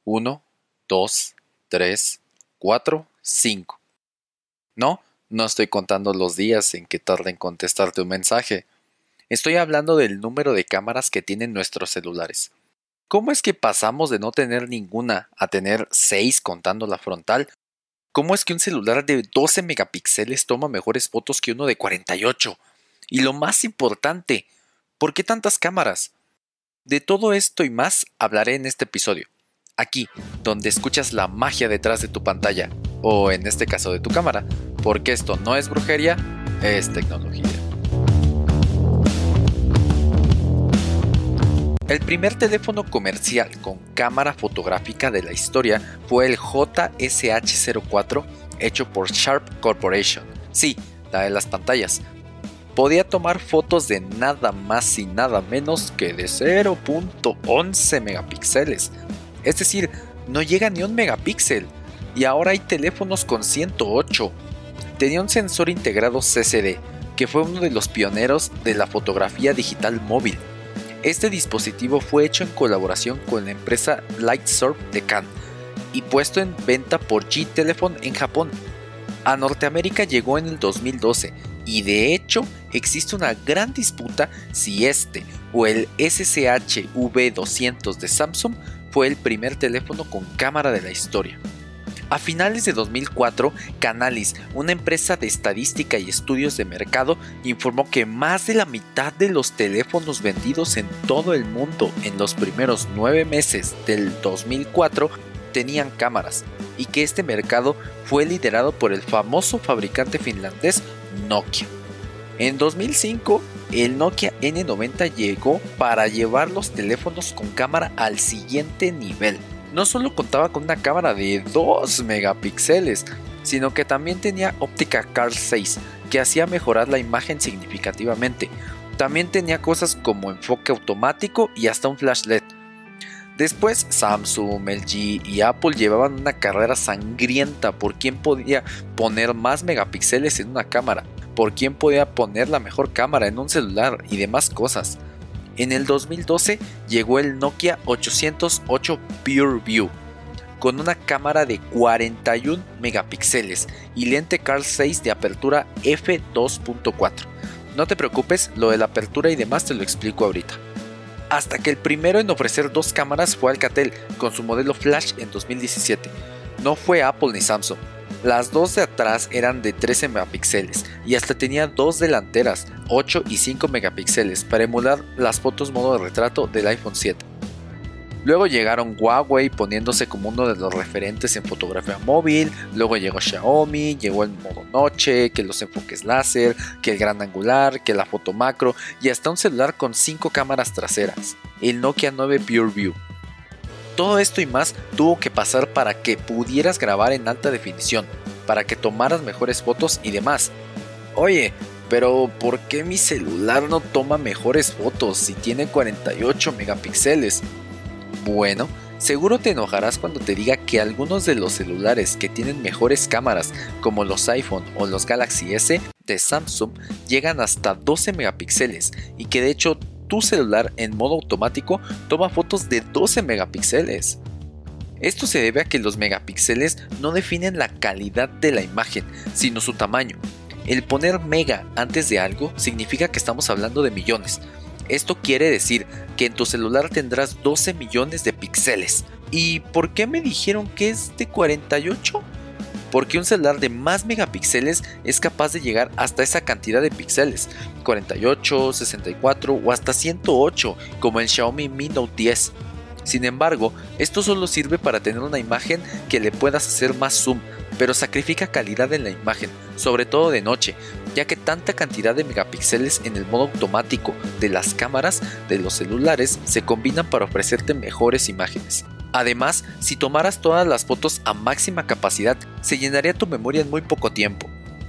1, 2, 3, 4, 5. No estoy contando los días en que tarda en contestarte un mensaje. Estoy hablando del número de cámaras que tienen nuestros celulares. ¿Cómo es que pasamos de no tener ninguna a tener 6 contando la frontal? ¿Cómo es que un celular de 12 megapíxeles toma mejores fotos que uno de 48? Y lo más importante, ¿por qué tantas cámaras? De todo esto y más hablaré en este episodio. Aquí, donde escuchas la magia detrás de tu pantalla, o en este caso de tu cámara, porque esto no es brujería, es tecnología. El primer teléfono comercial con cámara fotográfica de la historia fue el JSH-04 hecho por Sharp Corporation. Sí, la de las pantallas. Podía tomar fotos de nada más y nada menos que de 0.11 megapíxeles. Es decir, no llega ni un megapíxel. Y ahora hay teléfonos con 108. Tenía un sensor integrado CCD, que fue uno de los pioneros de la fotografía digital móvil. Este dispositivo fue hecho en colaboración con la empresa Lightsurf de Cannes y puesto en venta por G-Telephone en Japón. A Norteamérica llegó en el 2012 y de hecho existe una gran disputa si este o el SSH V200 de Samsung fue el primer teléfono con cámara de la historia. A finales de 2004, Canalys, una empresa de estadística y estudios de mercado, informó que más de la mitad de los teléfonos vendidos en todo el mundo en los primeros 9 meses del 2004 tenían cámaras, y que este mercado fue liderado por el famoso fabricante finlandés Nokia. En 2005, el Nokia N90 llegó para llevar los teléfonos con cámara al siguiente nivel. No solo contaba con una cámara de 2 megapíxeles, sino que también tenía óptica Carl 6, que hacía mejorar la imagen significativamente. También tenía cosas como enfoque automático y hasta un flash LED. Después Samsung, LG y Apple llevaban una carrera sangrienta por quién podía poner más megapíxeles en una cámara, por quién podía poner la mejor cámara en un celular y demás cosas. En el 2012 llegó el Nokia 808 PureView, con una cámara de 41 megapíxeles y lente Carl 6 de apertura f2.4. No te preocupes, lo de la apertura y demás te lo explico ahorita. Hasta que el primero en ofrecer 2 cámaras fue Alcatel, con su modelo Flash en 2017. No fue Apple ni Samsung. Las dos de atrás eran de 13 megapíxeles y hasta tenía 2 delanteras, 8 y 5 megapíxeles, para emular las fotos modo de retrato del iPhone 7. Luego llegaron Huawei poniéndose como uno de los referentes en fotografía móvil, luego llegó Xiaomi, llegó el modo noche, que los enfoques láser, que el gran angular, que la foto macro y hasta un celular con 5 cámaras traseras, el Nokia 9 PureView. Todo esto y más tuvo que pasar para que pudieras grabar en alta definición, para que tomaras mejores fotos y demás. Oye, pero ¿por qué mi celular no toma mejores fotos si tiene 48 megapíxeles? Bueno, seguro te enojarás cuando te diga que algunos de los celulares que tienen mejores cámaras, como los iPhone o los Galaxy S de Samsung, llegan hasta 12 megapíxeles y que de hecho tu celular en modo automático toma fotos de 12 megapíxeles. Esto se debe a que los megapíxeles no definen la calidad de la imagen, sino su tamaño. El poner mega antes de algo significa que estamos hablando de millones. Esto quiere decir que en tu celular tendrás 12 millones de píxeles. ¿Y por qué me dijeron que es de 48? Porque un celular de más megapíxeles es capaz de llegar hasta esa cantidad de píxeles, 48, 64 o hasta 108, como el Xiaomi Mi Note 10. Sin embargo, esto solo sirve para tener una imagen que le puedas hacer más zoom, pero sacrifica calidad en la imagen, sobre todo de noche, ya que tanta cantidad de megapíxeles en el modo automático de las cámaras de los celulares se combinan para ofrecerte mejores imágenes. Además, si tomaras todas las fotos a máxima capacidad, se llenaría tu memoria en muy poco tiempo.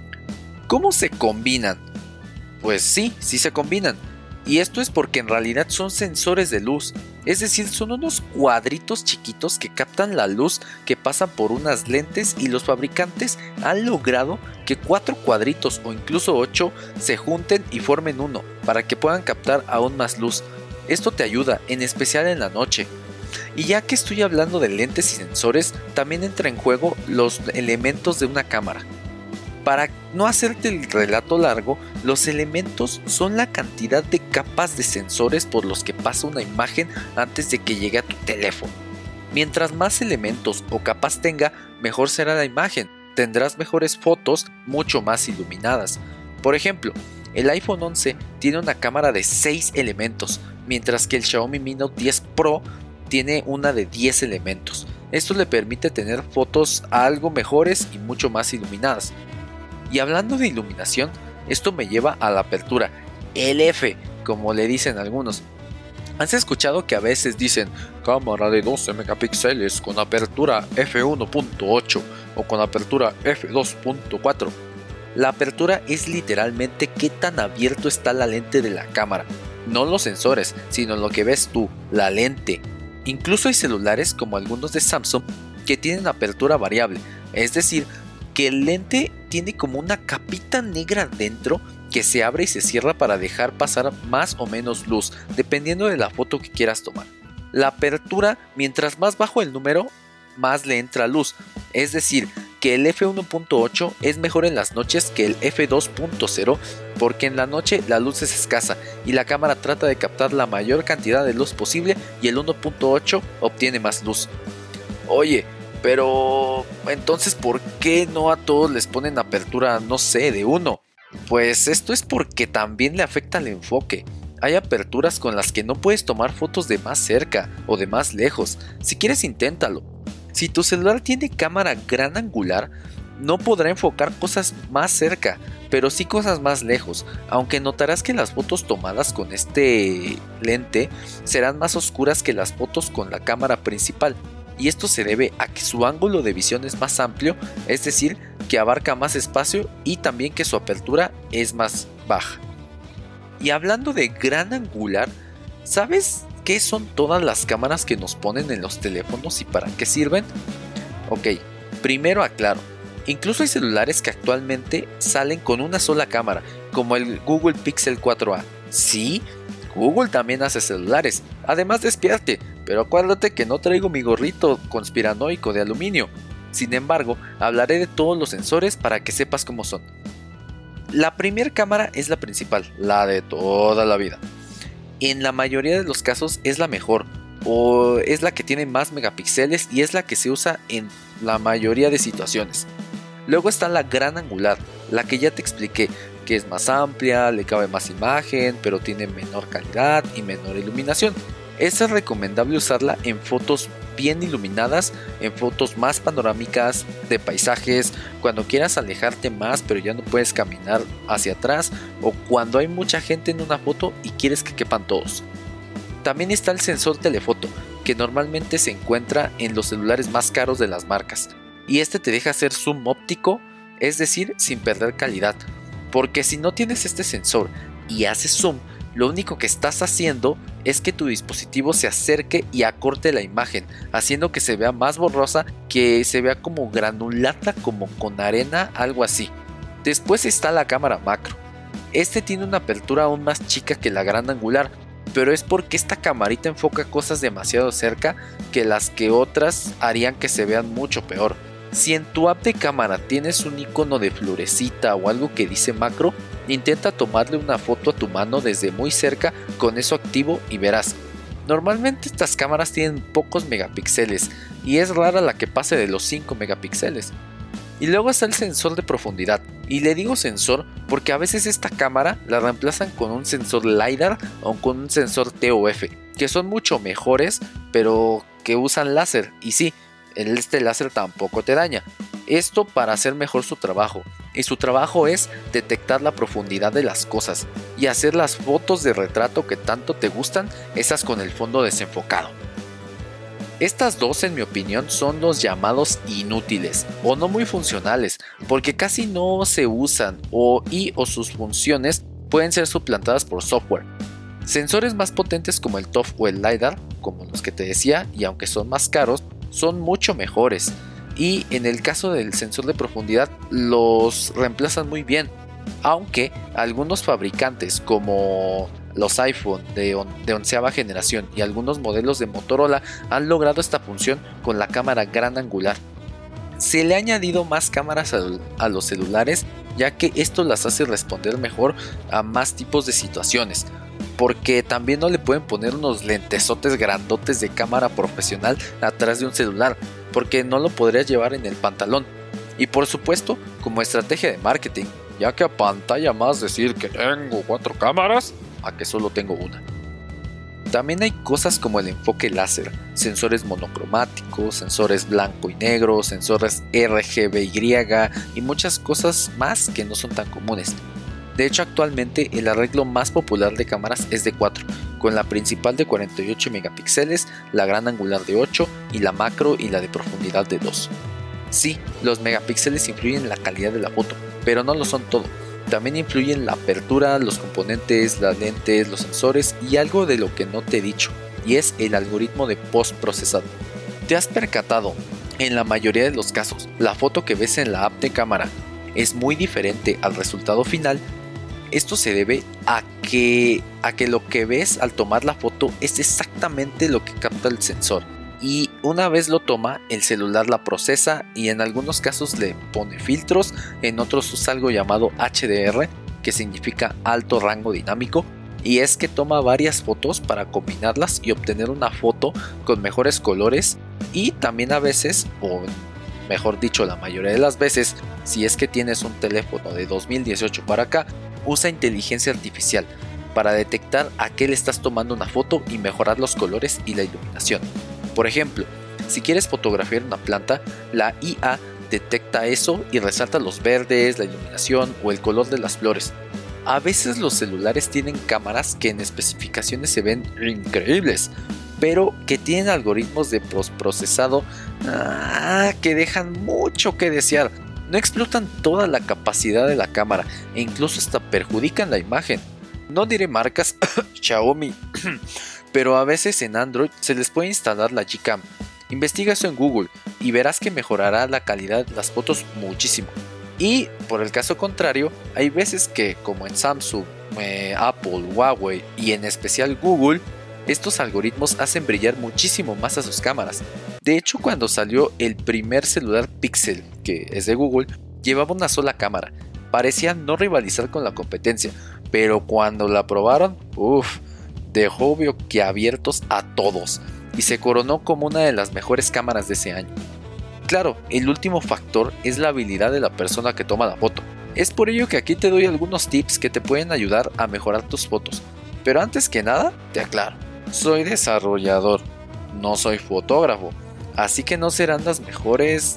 ¿Cómo se combinan? Pues sí se combinan. Y esto es porque en realidad son sensores de luz, es decir, son unos cuadritos chiquitos que captan la luz que pasa por unas lentes y los fabricantes han logrado que 4 cuadritos o incluso 8 se junten y formen uno para que puedan captar aún más luz. Esto te ayuda, en especial en la noche. Y ya que estoy hablando de lentes y sensores, también entra en juego los elementos de una cámara. Para no hacerte el relato largo, los elementos son la cantidad de capas de sensores por los que pasa una imagen antes de que llegue a tu teléfono. Mientras más elementos o capas tenga, mejor será la imagen. Tendrás mejores fotos mucho más iluminadas. Por ejemplo, el iPhone 11 tiene una cámara de 6 elementos, mientras que el Xiaomi Mi Note 10 Pro tiene una de 10 elementos. Esto le permite tener fotos algo mejores y mucho más iluminadas. Y hablando de iluminación, esto me lleva a la apertura, el F, como le dicen algunos. ¿Has escuchado que a veces dicen cámara de 12 megapíxeles con apertura f1.8 o con apertura f2.4? La apertura es literalmente qué tan abierto está la lente de la cámara, no los sensores, sino lo que ves tú, la lente. Incluso hay celulares como algunos de Samsung que tienen apertura variable, es decir, que el lente tiene como una capita negra dentro que se abre y se cierra para dejar pasar más o menos luz, dependiendo de la foto que quieras tomar. La apertura, mientras más bajo el número, más le entra luz, es decir, que el f1.8 es mejor en las noches que el f2.0 porque en la noche la luz es escasa y la cámara trata de captar la mayor cantidad de luz posible y el 1.8 obtiene más luz. Oye, pero entonces ¿por qué no a todos les ponen apertura, no sé, de 1? Pues esto es porque también le afecta el enfoque. Hay aperturas con las que no puedes tomar fotos de más cerca o de más lejos. Si quieres, inténtalo. Si tu celular tiene cámara gran angular, no podrá enfocar cosas más cerca, pero sí cosas más lejos, aunque notarás que las fotos tomadas con este lente serán más oscuras que las fotos con la cámara principal. Y esto se debe a que su ángulo de visión es más amplio, es decir, que abarca más espacio y también que su apertura es más baja. Y hablando de gran angular, ¿sabes qué son todas las cámaras que nos ponen en los teléfonos y para qué sirven? Ok, primero aclaro, incluso hay celulares que actualmente salen con una sola cámara, como el Google Pixel 4a. Sí, Google también hace celulares, además despierte, pero acuérdate que no traigo mi gorrito conspiranoico de aluminio. Sin embargo, hablaré de todos los sensores para que sepas cómo son. La primera cámara es la principal, la de toda la vida. En la mayoría de los casos es la mejor, o es la que tiene más megapíxeles y es la que se usa en la mayoría de situaciones. Luego está la gran angular, la que ya te expliqué, que es más amplia, le cabe más imagen, pero tiene menor calidad y menor iluminación. Es recomendable usarla en fotos bien iluminadas, en fotos más panorámicas, de paisajes, cuando quieras alejarte más pero ya no puedes caminar hacia atrás, o cuando hay mucha gente en una foto y quieres que quepan todos. También está el sensor telefoto, que normalmente se encuentra en los celulares más caros de las marcas, y este te deja hacer zoom óptico, es decir, sin perder calidad, porque si no tienes este sensor y haces zoom, lo único que estás haciendo es que tu dispositivo se acerque y acorte la imagen, haciendo que se vea más borrosa, que se vea como granulada, como con arena, algo así. Después está la cámara macro. Este tiene una apertura aún más chica que la gran angular, pero es porque esta camarita enfoca cosas demasiado cerca que las que otras harían que se vean mucho peor. Si en tu app de cámara tienes un icono de florecita o algo que dice macro, intenta tomarle una foto a tu mano desde muy cerca con eso activo y verás. Normalmente estas cámaras tienen pocos megapíxeles y es rara la que pase de los 5 megapíxeles. Y luego está el sensor de profundidad, y le digo sensor porque a veces esta cámara la reemplazan con un sensor LiDAR o con un sensor TOF, que son mucho mejores pero que usan láser, y sí, este láser tampoco te daña. Esto para hacer mejor su trabajo, y su trabajo es detectar la profundidad de las cosas y hacer las fotos de retrato que tanto te gustan, esas con el fondo desenfocado. Estas dos, en mi opinión, son los llamados inútiles o no muy funcionales, porque casi no se usan o sus funciones pueden ser suplantadas por software. Sensores más potentes como el TOF o el LiDAR, como los que te decía, y aunque son más caros, son mucho mejores, y en el caso del sensor de profundidad los reemplazan muy bien, aunque algunos fabricantes como Los iPhone de onceava generación y algunos modelos de Motorola han logrado esta función con la cámara gran angular. Se le ha añadido más cámaras a los celulares, ya que esto las hace responder mejor a más tipos de situaciones, porque también no le pueden poner unos lentesotes grandotes de cámara profesional atrás de un celular, porque no lo podrías llevar en el pantalón. Y por supuesto, como estrategia de marketing, ya que a pantalla más decir que tengo 4 cámaras a que solo tengo una. También hay cosas como el enfoque láser, sensores monocromáticos, sensores blanco y negro, sensores RGBY y muchas cosas más que no son tan comunes. De hecho, actualmente el arreglo más popular de cámaras es de 4, con la principal de 48 megapíxeles, la gran angular de 8 y la macro y la de profundidad de 2. Sí, los megapíxeles influyen en la calidad de la foto, pero no lo son todo. También influyen la apertura, los componentes, las lentes, los sensores y algo de lo que no te he dicho, y es el algoritmo de postprocesado. ¿Te has percatado? En la mayoría de los casos, la foto que ves en la app de cámara es muy diferente al resultado final. Esto se debe a que lo que ves al tomar la foto es exactamente lo que capta el sensor. Y una vez lo toma, el celular la procesa y en algunos casos le pone filtros, en otros usa algo llamado HDR, que significa alto rango dinámico, y es que toma varias fotos para combinarlas y obtener una foto con mejores colores, y también a veces, o mejor dicho la mayoría de las veces, si es que tienes un teléfono de 2018 para acá, usa inteligencia artificial para detectar a qué le estás tomando una foto y mejorar los colores y la iluminación. Por ejemplo, si quieres fotografiar una planta, la IA detecta eso y resalta los verdes, la iluminación o el color de las flores. A veces los celulares tienen cámaras que en especificaciones se ven increíbles, pero que tienen algoritmos de postprocesado que dejan mucho que desear. No explotan toda la capacidad de la cámara e incluso hasta perjudican la imagen. No diré marcas, Xiaomi, pero a veces en Android se les puede instalar la Gcam. Investiga eso en Google y verás que mejorará la calidad de las fotos muchísimo. Y por el caso contrario, hay veces que como en Samsung, Apple, Huawei y en especial Google, estos algoritmos hacen brillar muchísimo más a sus cámaras. De hecho, cuando salió el primer celular Pixel, que es de Google, llevaba una sola cámara. Parecía no rivalizar con la competencia, pero cuando la probaron, dejó boquiabiertos a todos y se coronó como una de las mejores cámaras de ese año. Claro, el último factor es la habilidad de la persona que toma la foto. Es por ello que aquí te doy algunos tips que te pueden ayudar a mejorar tus fotos. Pero antes que nada, te aclaro, soy desarrollador, no soy fotógrafo, así que no serán las mejores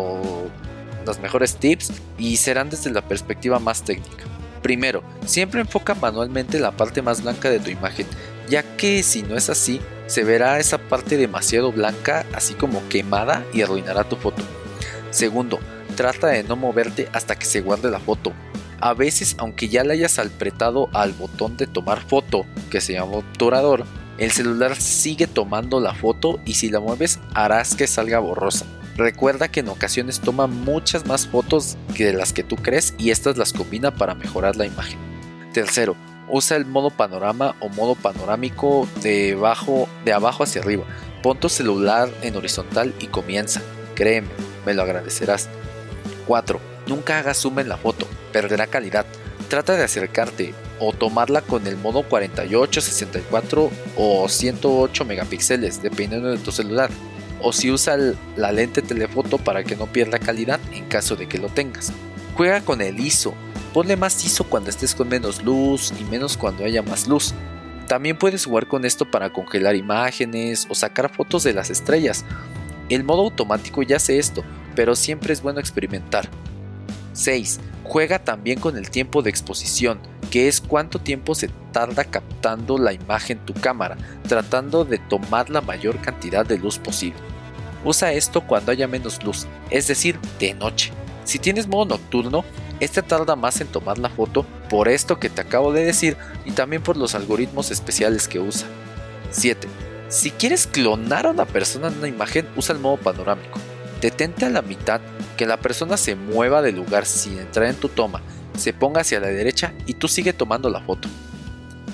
tips y serán desde la perspectiva más técnica. Primero, siempre enfoca manualmente la parte más blanca de tu imagen, ya que si no es así, se verá esa parte demasiado blanca, así como quemada, y arruinará tu foto. Segundo, trata de no moverte hasta que se guarde la foto. A veces, aunque ya le hayas apretado al botón de tomar foto, que se llama obturador, el celular sigue tomando la foto y si la mueves harás que salga borrosa. Recuerda que en ocasiones toma muchas más fotos que las que tú crees y estas las combina para mejorar la imagen. Tercero, usa el modo panorama o modo panorámico de abajo hacia arriba. Pon tu celular en horizontal y comienza. Créeme, me lo agradecerás. 4. Nunca hagas zoom en la foto, perderá calidad. Trata de acercarte o tomarla con el modo 48, 64 o 108 megapíxeles, dependiendo de tu celular. O si usa la lente telefoto para que no pierda calidad en caso de que lo tengas. Juega con el ISO. Ponle más ISO cuando estés con menos luz y menos cuando haya más luz. También puedes jugar con esto para congelar imágenes o sacar fotos de las estrellas. El modo automático ya hace esto, pero siempre es bueno experimentar. 6. Juega también con el tiempo de exposición, que es cuánto tiempo se tarda captando la imagen tu cámara, tratando de tomar la mayor cantidad de luz posible. Usa esto cuando haya menos luz, es decir, de noche. Si tienes modo nocturno, este tarda más en tomar la foto por esto que te acabo de decir y también por los algoritmos especiales que usa. 7. Si quieres clonar a una persona en una imagen, usa el modo panorámico. Detente a la mitad, que la persona se mueva del lugar sin entrar en tu toma, se ponga hacia la derecha y tú sigue tomando la foto.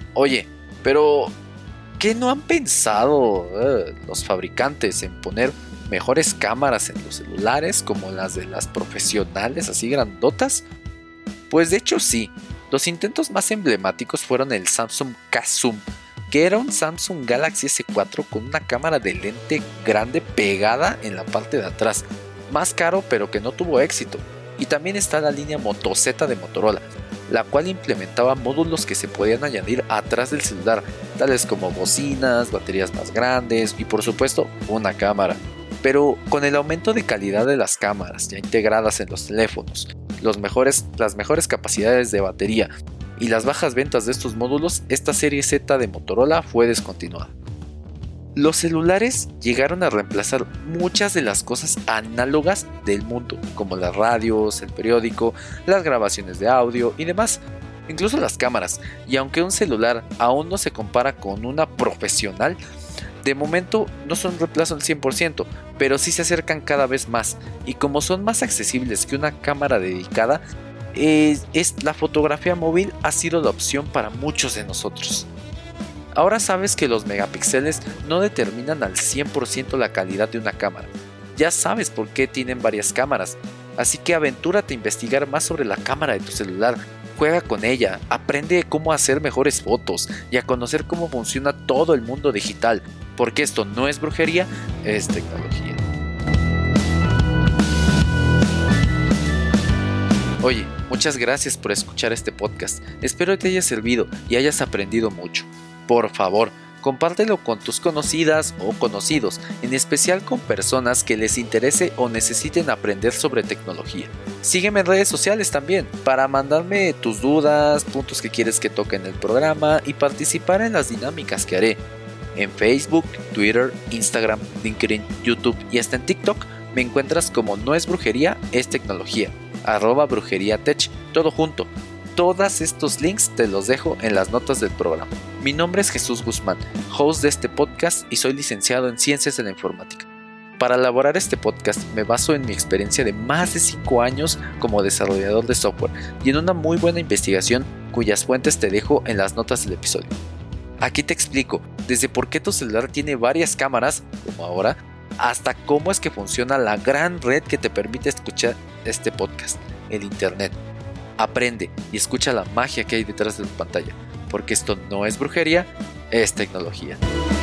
Oye, pero ¿qué no han pensado los fabricantes en poner mejores cámaras en los celulares como las de las profesionales así grandotas? Pues de hecho sí, los intentos más emblemáticos fueron el Samsung K-Zoom, que era un Samsung Galaxy S4 con una cámara de lente grande pegada en la parte de atrás, más caro pero que no tuvo éxito. Y también está la línea Moto Z de Motorola, la cual implementaba módulos que se podían añadir atrás del celular, tales como bocinas, baterías más grandes y por supuesto una cámara. Pero con el aumento de calidad de las cámaras ya integradas en los teléfonos, las mejores capacidades de batería y las bajas ventas de estos módulos, esta serie Z de Motorola fue descontinuada. Los celulares llegaron a reemplazar muchas de las cosas análogas del mundo, como las radios, el periódico, las grabaciones de audio y demás, incluso las cámaras. Y aunque un celular aún no se compara con una profesional, de momento no son reemplazo al 100%, pero sí se acercan cada vez más. Y como son más accesibles que una cámara dedicada, la fotografía móvil ha sido la opción para muchos de nosotros. Ahora sabes que los megapíxeles no determinan al 100% la calidad de una cámara. Ya sabes por qué tienen varias cámaras, así que aventúrate a investigar más sobre la cámara de tu celular. Juega con ella, aprende cómo hacer mejores fotos y a conocer cómo funciona todo el mundo digital, porque esto no es brujería, es tecnología. Oye, muchas gracias por escuchar este podcast. Espero que te haya servido y hayas aprendido mucho. Por favor, compártelo con tus conocidas o conocidos, en especial con personas que les interese o necesiten aprender sobre tecnología. Sígueme en redes sociales también para mandarme tus dudas, puntos que quieres que toque en el programa y participar en las dinámicas que haré. En Facebook, Twitter, Instagram, LinkedIn, YouTube y hasta en TikTok me encuentras como No es Brujería, es Tecnología, @brujeriatech, todo junto. Todos estos links te los dejo en las notas del programa. Mi nombre es Jesús Guzmán, host de este podcast y soy licenciado en Ciencias de la Informática. Para elaborar este podcast me baso en mi experiencia de más de 5 años como desarrollador de software y en una muy buena investigación cuyas fuentes te dejo en las notas del episodio. Aquí te explico desde por qué tu celular tiene varias cámaras, como ahora, hasta cómo es que funciona la gran red que te permite escuchar este podcast, el Internet. Aprende y escucha la magia que hay detrás de tu pantalla, porque esto no es brujería, es tecnología.